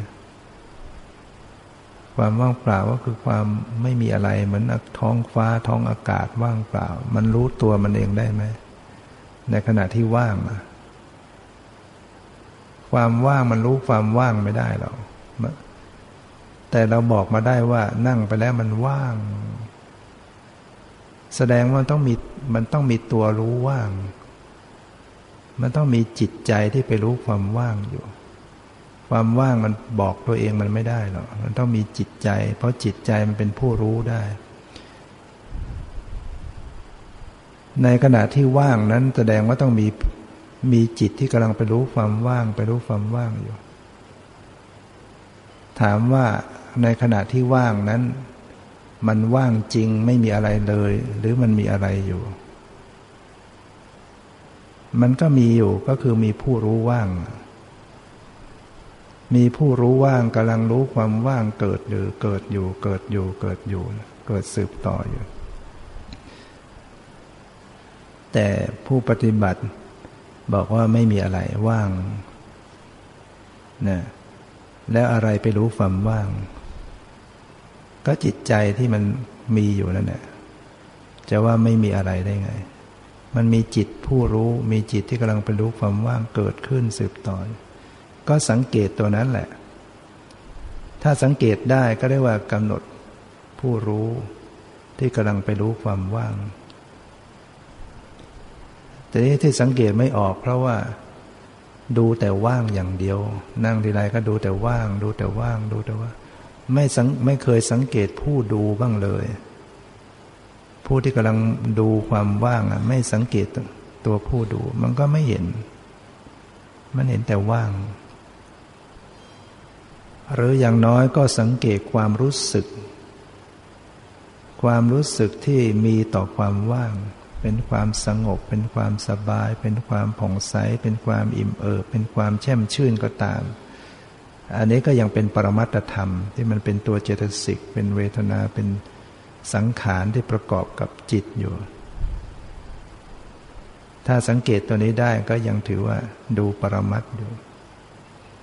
ความว่างเปล่าก็คือความไม่มีอะไรเหมือนท้องฟ้าท้องอากาศว่างเปล่ามันรู้ตัวมันเองได้ไหมในขณะที่ว่างความว่างมันรู้ความว่างไม่ได้หรอกแต่เราบอกมาได้ว่านั่งไปแล้วมันว่างแสดงว่ามันต้องมีตัวรู้ว่างมันต้องมีจิตใจที่ไปรู้ความว่างอยู่ความว่างมันบอกตัวเองมันไม่ได้หรอกมันต้องมีจิตใจเพราะจิตใจมันเป็นผู้รู้ได้ในขณะที่ว่างนั้นแสดงว่าต้องมีจิตที่กำลังไปรู้ความว่างอยู่ถามว่าในขณะที่ว่างนั้นมันว่างจริงไม่มีอะไรเลยหรือมันมีอะไรอยู่มันก็มีอยู่ก็คือมีผู้รู้ว่างมีผู้รู้ว่างกำลังรู้ความว่างเกิดอยู่เกิดอยู่เกิดอยู่เกิดอยู่เกิดสืบต่ออยู่แต่ผู้ปฏิบัติบอกว่าไม่มีอะไรว่างนะแล้วอะไรไปรู้ความว่างก็จิตใจที่มันมีอยู่นั่นแหละจะว่าไม่มีอะไรได้ไงมันมีจิตผู้รู้มีจิตที่กำลังไปรู้ความว่างเกิดขึ้นสืบต่อก็สังเกตตัวนั้นแหละถ้าสังเกตได้ก็เรียกว่ากำหนดผู้รู้ที่กำลังไปรู้ความว่างแต่นี้ที่สังเกตไม่ออกเพราะว่าดูแต่ว่างอย่างเดียวนั่งทีไรก็ดูแต่ว่างดูแต่ว่างดูแต่ว่าไม่เคยสังเกตผู้ดูบ้างเลยผู้ที่กำลังดูความว่างไม่สังเกตตัวผู้ดูมันก็ไม่เห็นมันเห็นแต่ว่างหรืออย่างน้อยก็สังเกตความรู้สึกที่มีต่อความว่างเป็นความสงบเป็นความสบายเป็นความผ่องใสเป็นความอิ่มเอิบเป็นความแช่มชื่นก็ตามอันนี้ก็ยังเป็นปรมัตถธรรมที่มันเป็นตัวเจตสิกเป็นเวทนาเป็นสังขารที่ประกอบกับจิตอยู่ถ้าสังเกตตัวนี้ได้ก็ยังถือว่าดูปรมัตถ์อยู่